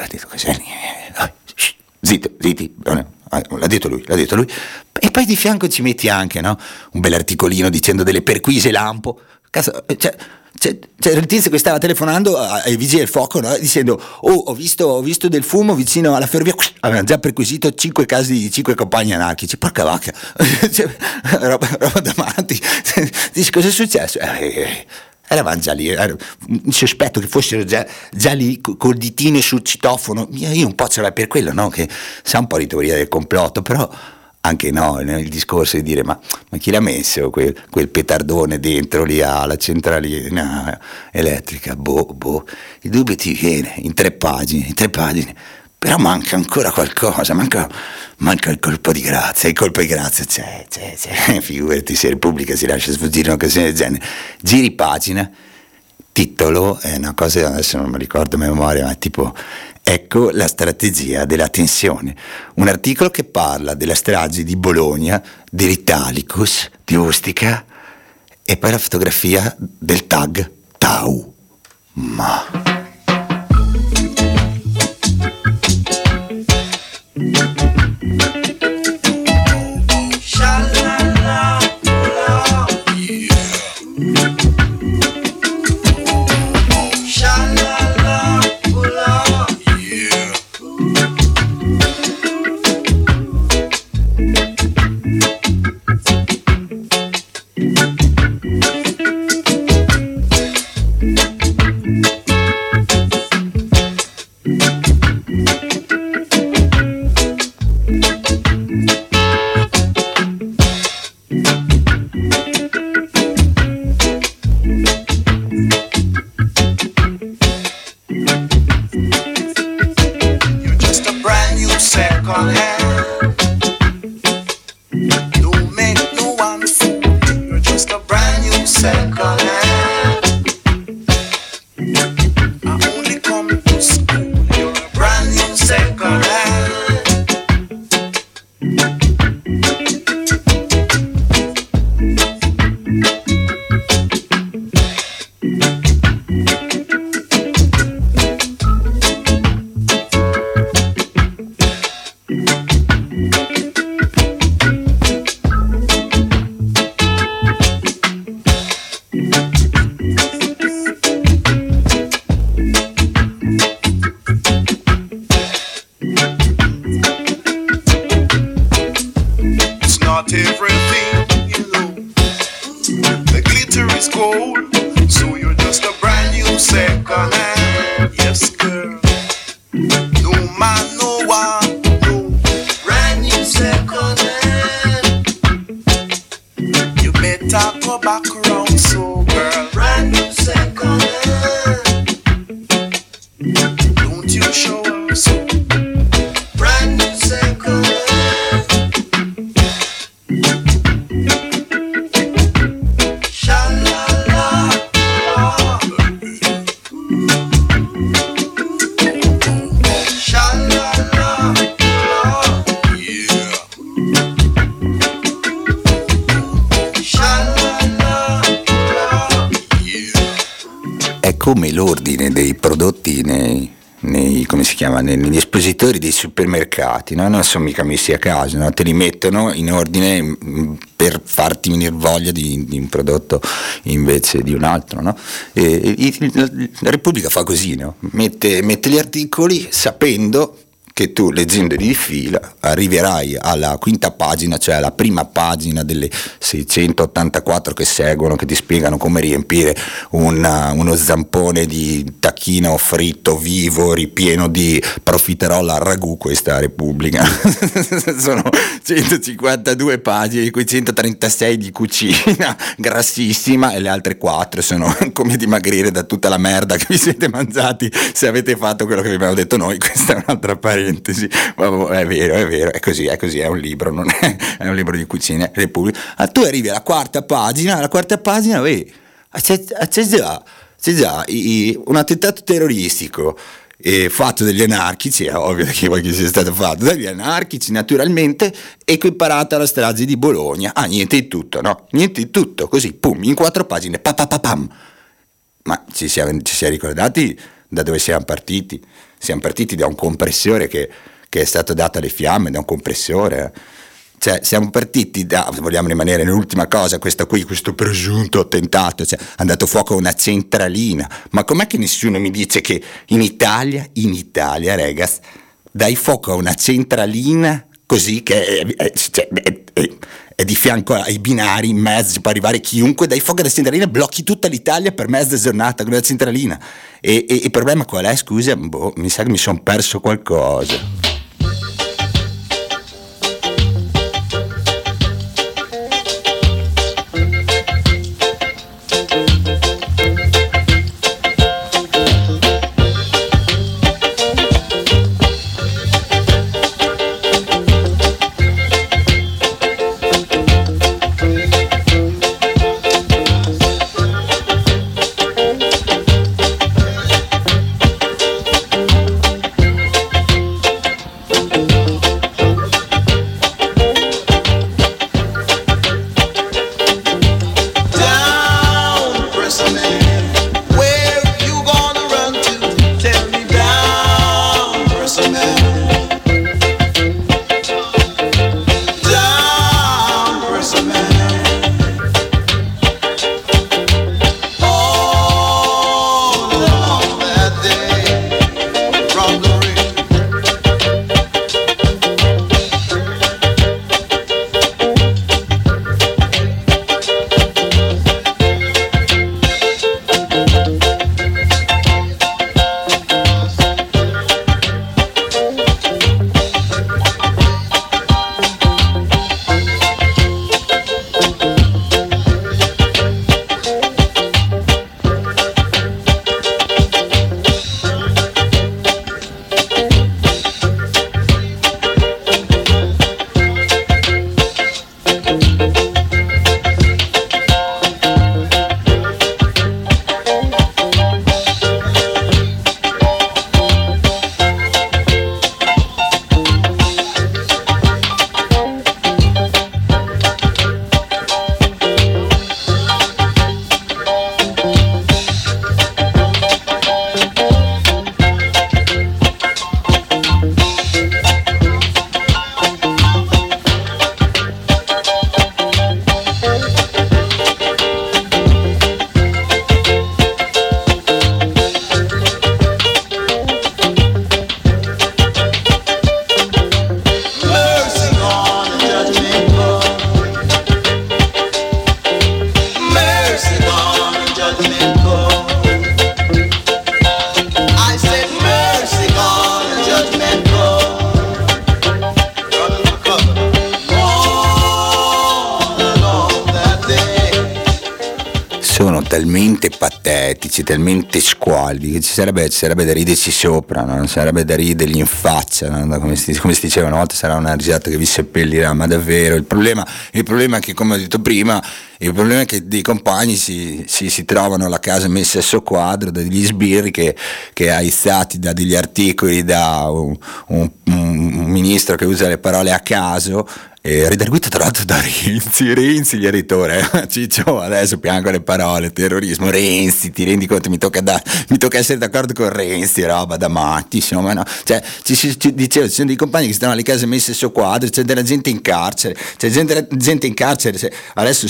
zitti, l'ha detto lui. E poi di fianco ci metti anche, no? Un bel articolino dicendo delle perquise lampo. Cazzo, c'era il tizio che stava telefonando ai vigili del fuoco, no? Dicendo: ho visto del fumo vicino alla ferrovia. Avevano già perquisito 5 casi di 5 compagni anarchici. Porca vacca. roba davanti. Dici, cosa è successo? Eravamo già lì, mi sospetto che fossero già lì col ditino sul citofono. Io un po' ce l'ho per quello, no? Che sa un po' di teoria del complotto, però anche no, il discorso di dire ma chi l'ha messo quel petardone dentro lì alla centrale elettrica? Boh, il dubbio ti viene in 3 pagine, però manca ancora qualcosa, manca il colpo di grazia. Il colpo di grazia c'è. Figurati se Repubblica si lascia sfuggire un'occasione del genere. Giri pagina, titolo, è una cosa, adesso non mi ricordo a memoria, ma tipo: ecco la strategia della tensione. Un articolo che parla della strage di Bologna, dell'Italicus, di Ustica, e poi la fotografia del tag Tau. Ma come l'ordine dei prodotti negli espositori dei supermercati, no? Non sono mica messi a caso, no? Te li mettono in ordine per farti venire voglia di un prodotto invece di un altro, no? La Repubblica fa così, no? Mette gli articoli sapendo che tu, leggendo di fila, arriverai alla quinta pagina, cioè alla prima pagina delle 684 che seguono, che ti spiegano come riempire uno zampone di tacchino fritto vivo ripieno di profiterol al ragù. Questa Repubblica sono 152 pagine, di cui 136 di cucina grassissima, e le altre 4 sono come dimagrire da tutta la merda che vi siete mangiati se avete fatto quello che vi abbiamo detto noi. Questa è un'altra parentesi. È vero, è così, è un libro, non è un libro di cucina. Repubblica. Tu arrivi alla quarta pagina, vedi, c'è già un attentato terroristico fatto dagli anarchici, è ovvio che sia stato fatto dagli anarchici, naturalmente, equiparato alla strage di Bologna. Niente di tutto, no? Niente di tutto, così, pum, in 4 pagine, pam. Ma ci siamo ricordati da dove siamo partiti? Siamo partiti da un compressore che è stato dato alle fiamme, da un compressore. Cioè, siamo partiti da, vogliamo rimanere nell'ultima cosa, questo presunto attentato, cioè, è andato a fuoco una centralina. Ma com'è che nessuno mi dice che in Italia, regas, dai fuoco a una centralina così che è di fianco ai binari, in mezzo, può arrivare chiunque, dai fuoco alla centralina, blocchi tutta l'Italia per mezza giornata con la centralina. E il problema qual è? Scusa, mi sa che mi sono perso qualcosa. Talmente patetici, talmente squalidi che ci sarebbe da riderci sopra, no? Sarebbe da ridergli in faccia, no? Come si diceva una volta, sarà una risata che vi seppellirà, ma davvero il problema è che, come ho detto prima, il problema è che dei compagni si trovano la casa messa a soqquadro da degli sbirri che aizzati da degli articoli, da un ministro che usa le parole a caso, redarguito tra l'altro da Renzi gli ha detto: Ciccio, adesso piango le parole, terrorismo, Renzi, ti rendi conto, mi tocca essere d'accordo con Renzi, roba da matti, insomma, no? Cioè, dicevo, ci sono dei compagni che stanno alle case messe a soqquadro, c'è della gente in carcere, adesso sì, noi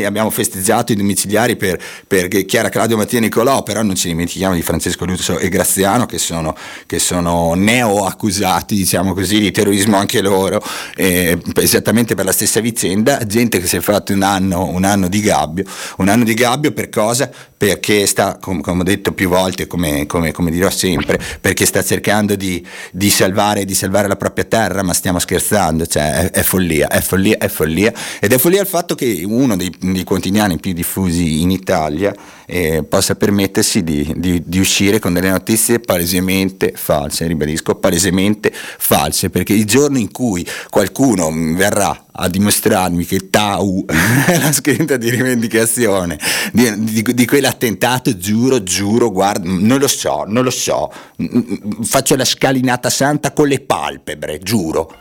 noi abbiamo festeggiato i domiciliari per Chiara Claudio Mattia Nicolò, però non ci dimentichiamo di Francesco Russo e Graziano che sono neo accusati, diciamo così, di terrorismo anche loro, esattamente per la stessa vicenda. Gente che si è fatto un anno di gabbio per cosa? Perché sta, come ho detto più volte, come dirò sempre, perché sta cercando di salvare la propria terra. Ma stiamo scherzando? Cioè è follia. Ed è follia il fatto che uno dei quotidiani più diffusi in Italia possa permettersi di uscire con delle notizie palesemente false, ribadisco, palesemente false, perché il giorno in cui qualcuno verrà a dimostrarmi che Tau è la scritta di rivendicazione di quell'attentato, giuro, guarda, non lo so, faccio la scalinata santa con le palpebre, giuro.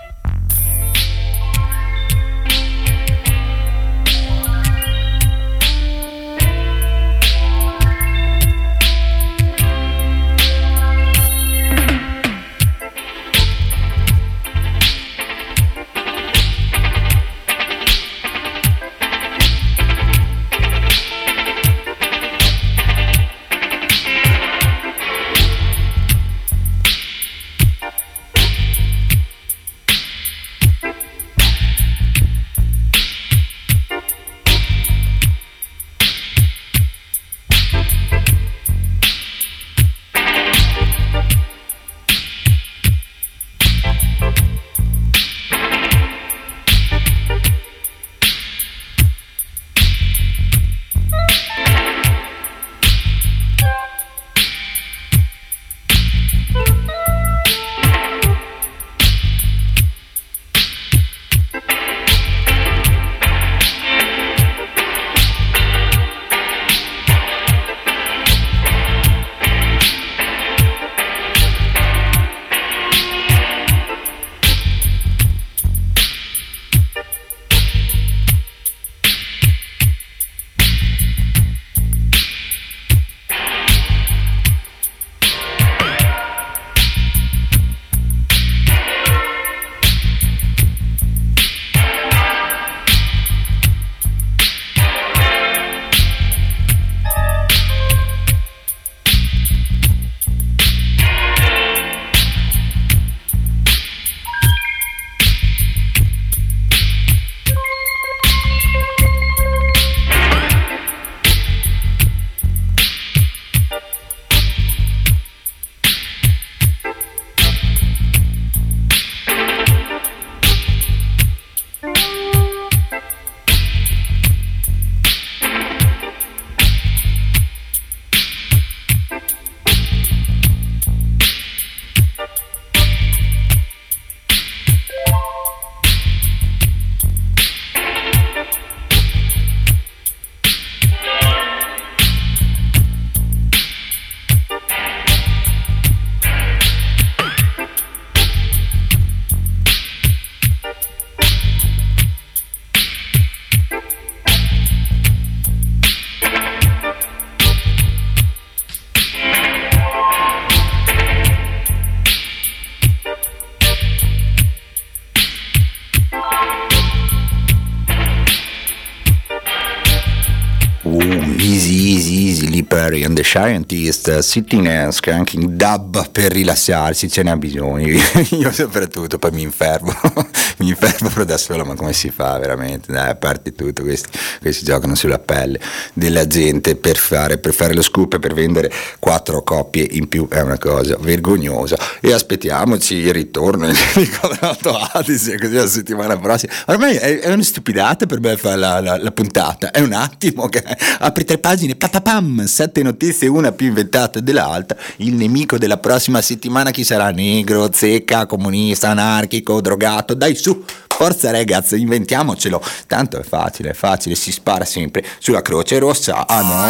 Easy, Lee Perry and the Scientist, sitting and skanking dub per rilassarsi, ce n'ha bisogno. Io soprattutto, poi mi infermo proprio da solo, ma come si fa veramente? Dai, a parte tutto, questi giocano sulla pelle della gente per fare lo scoop e per vendere 4 coppie in più, è una cosa vergognosa. E aspettiamoci il ritorno di Quadrato Addis, così la settimana prossima. Ormai è una stupidata per me fare la puntata, è un attimo che apri 3 pagine, papapam, 7 notizie, una più inventata dell'altra. Il nemico della prossima settimana chi sarà? Negro, zecca, comunista, anarchico, drogato? Dai su, forza ragazzi, inventiamocelo, tanto è facile, si spara sempre sulla Croce Rossa, ah no?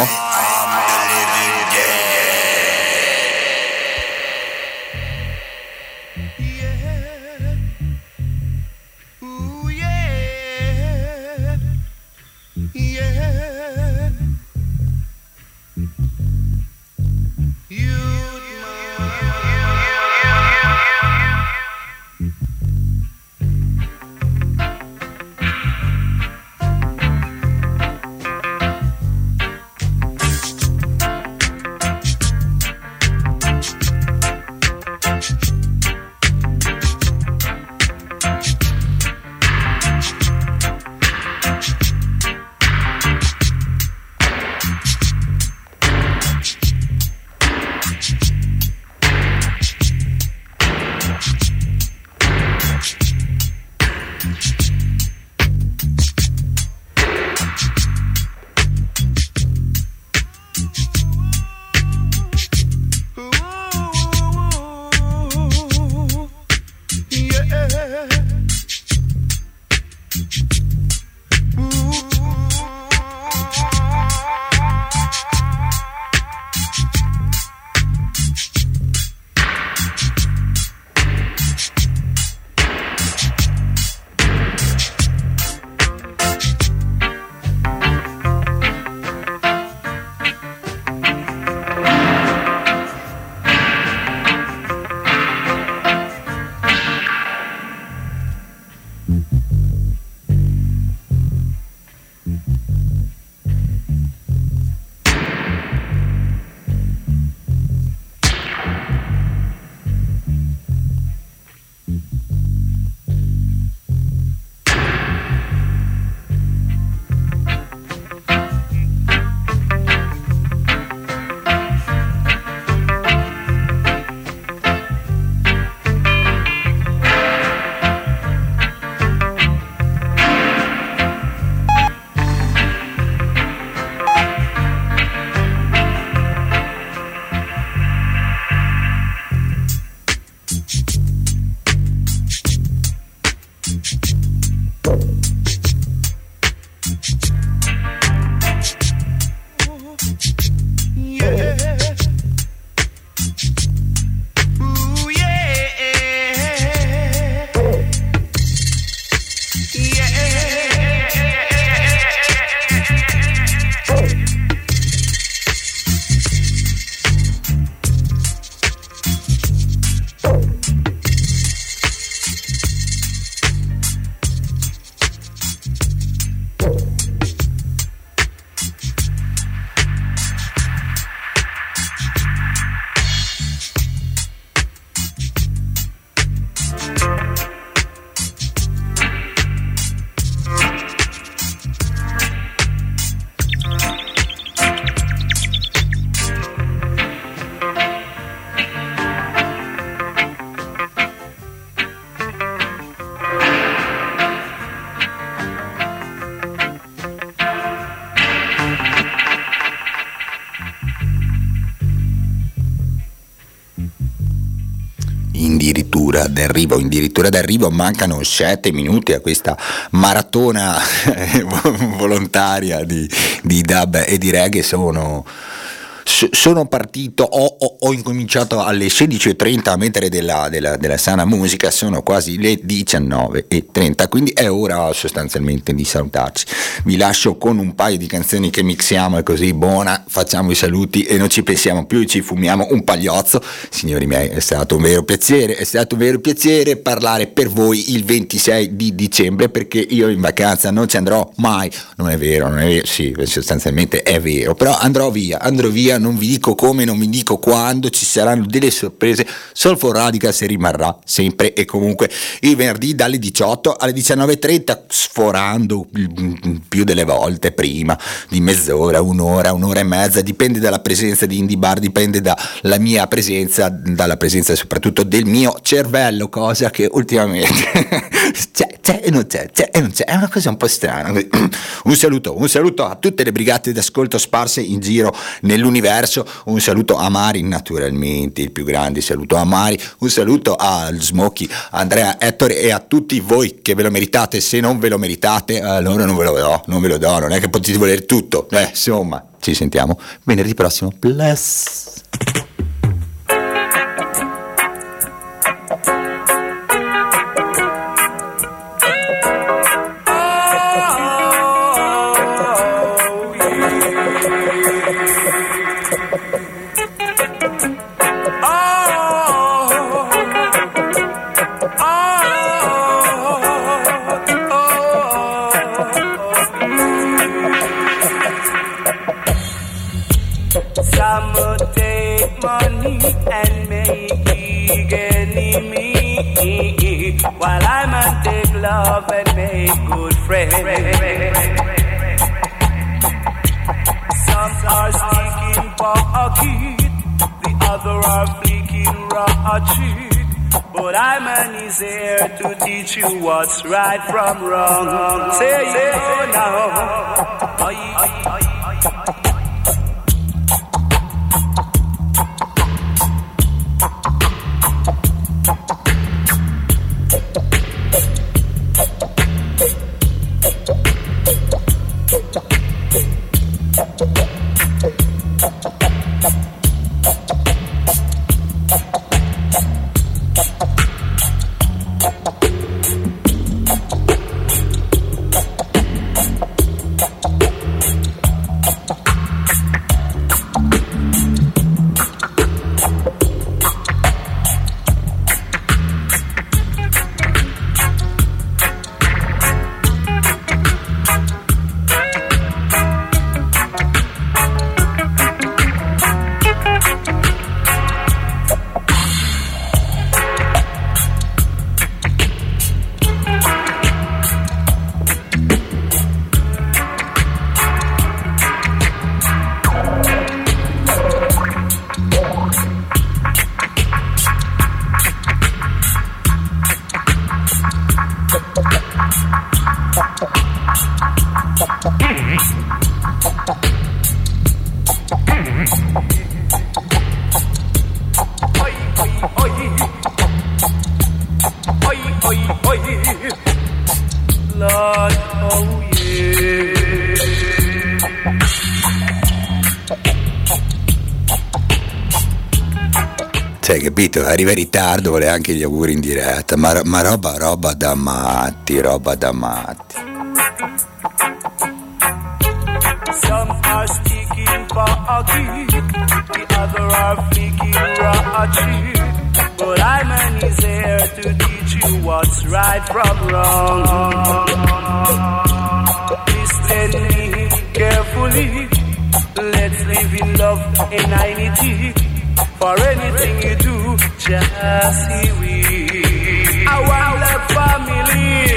Addirittura d'arrivo, mancano 7 minuti a questa maratona volontaria di dub e di reggae. Sono partito, ho incominciato alle 16:30 a mettere della sana musica, sono quasi le 19:30, quindi è ora sostanzialmente di salutarci. Vi lascio con un paio di canzoni che mixiamo e così buona, facciamo i saluti e non ci pensiamo più, ci fumiamo un pagliozzo. Signori miei, è stato un vero piacere parlare per voi il 26 di dicembre, perché io in vacanza non ci andrò mai. Non è vero, sì, sostanzialmente è vero, però andrò via, non vi dico come, non vi dico quando, ci saranno delle sorprese. Soul for Radicals rimarrà sempre e comunque il venerdì dalle 18 alle 19:30, sforando più delle volte prima di mezz'ora, un'ora e mezza, dipende dalla presenza di Indie Bar, dipende dalla mia presenza, dalla presenza soprattutto del mio cervello, cosa che ultimamente c'è e non c'è, è una cosa un po' strana. Un saluto a tutte le brigate d'ascolto sparse in giro nell'universo, un saluto a Mari, naturalmente il più grande saluto a Mari, un saluto a Smokey, Andrea, Ettore e a tutti voi che ve lo meritate. Se non ve lo meritate, allora non ve lo do, non è che potete volere tutto, insomma, ci sentiamo venerdì prossimo. Bless. While I might take love and make good friends. Some are speaking pocket, the other are flicking ratchet. But I'm is here to teach you what's right from wrong. Say it now. Lord Cioè, capito? Arriva in ritardo, vuole anche gli auguri in diretta, ma roba da matti, roba da matti. Some are speaking pocket, the other are flicking ratchet. But I'm only here to teach you what's right from wrong. Listen me carefully. Let's live in love and unity. For anything you do, just see we. I want the family.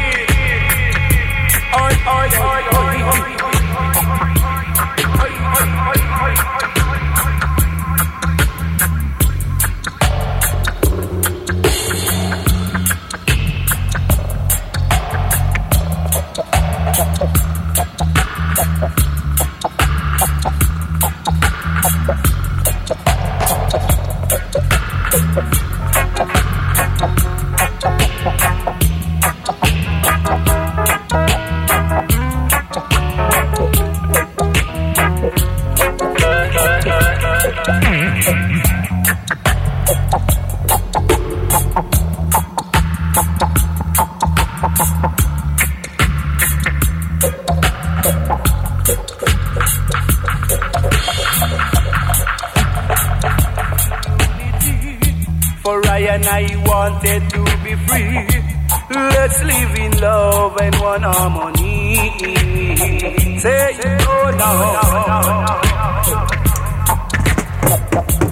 For I wanted to be free. Let's live in love and one harmony. Say oh no.